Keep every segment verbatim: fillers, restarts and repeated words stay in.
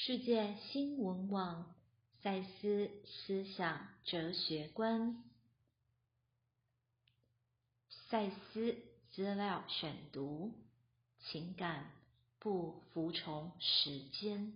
世界新闻网赛斯思想哲学观，赛斯资料选读，情感不服从时间。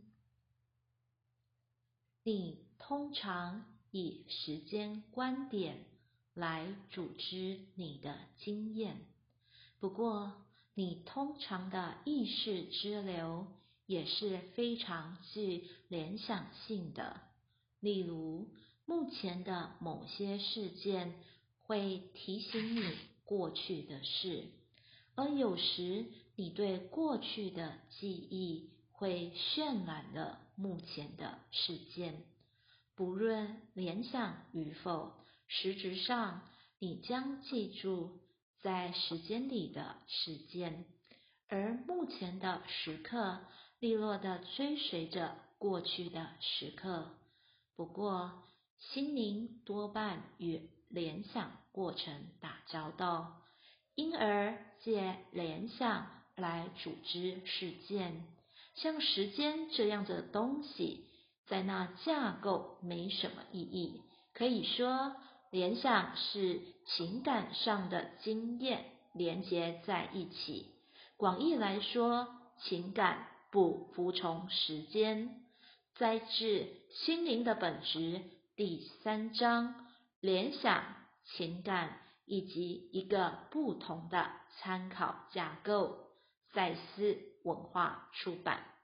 你通常以时间观点来组织你的经验，不过你通常的意识之流也是非常具联想性的。例如，目前的某些事件会提醒你过去的事，而有时你对过去的记忆会渲染了目前的事件。不论联想与否，实质上你将记住在时间里的事件，而目前的时刻利落地追随着过去的时刻。不过，心灵多半与联想过程打交道，因而借联想来组织事件。像时间这样的东西，在那架构没什么意义。可以说，联想是情感上的经验连结在一起。广义来说，情感不服从时间。在致心灵的本质第三章，联想、情感以及一个不同的参考架构，赛斯文化出版。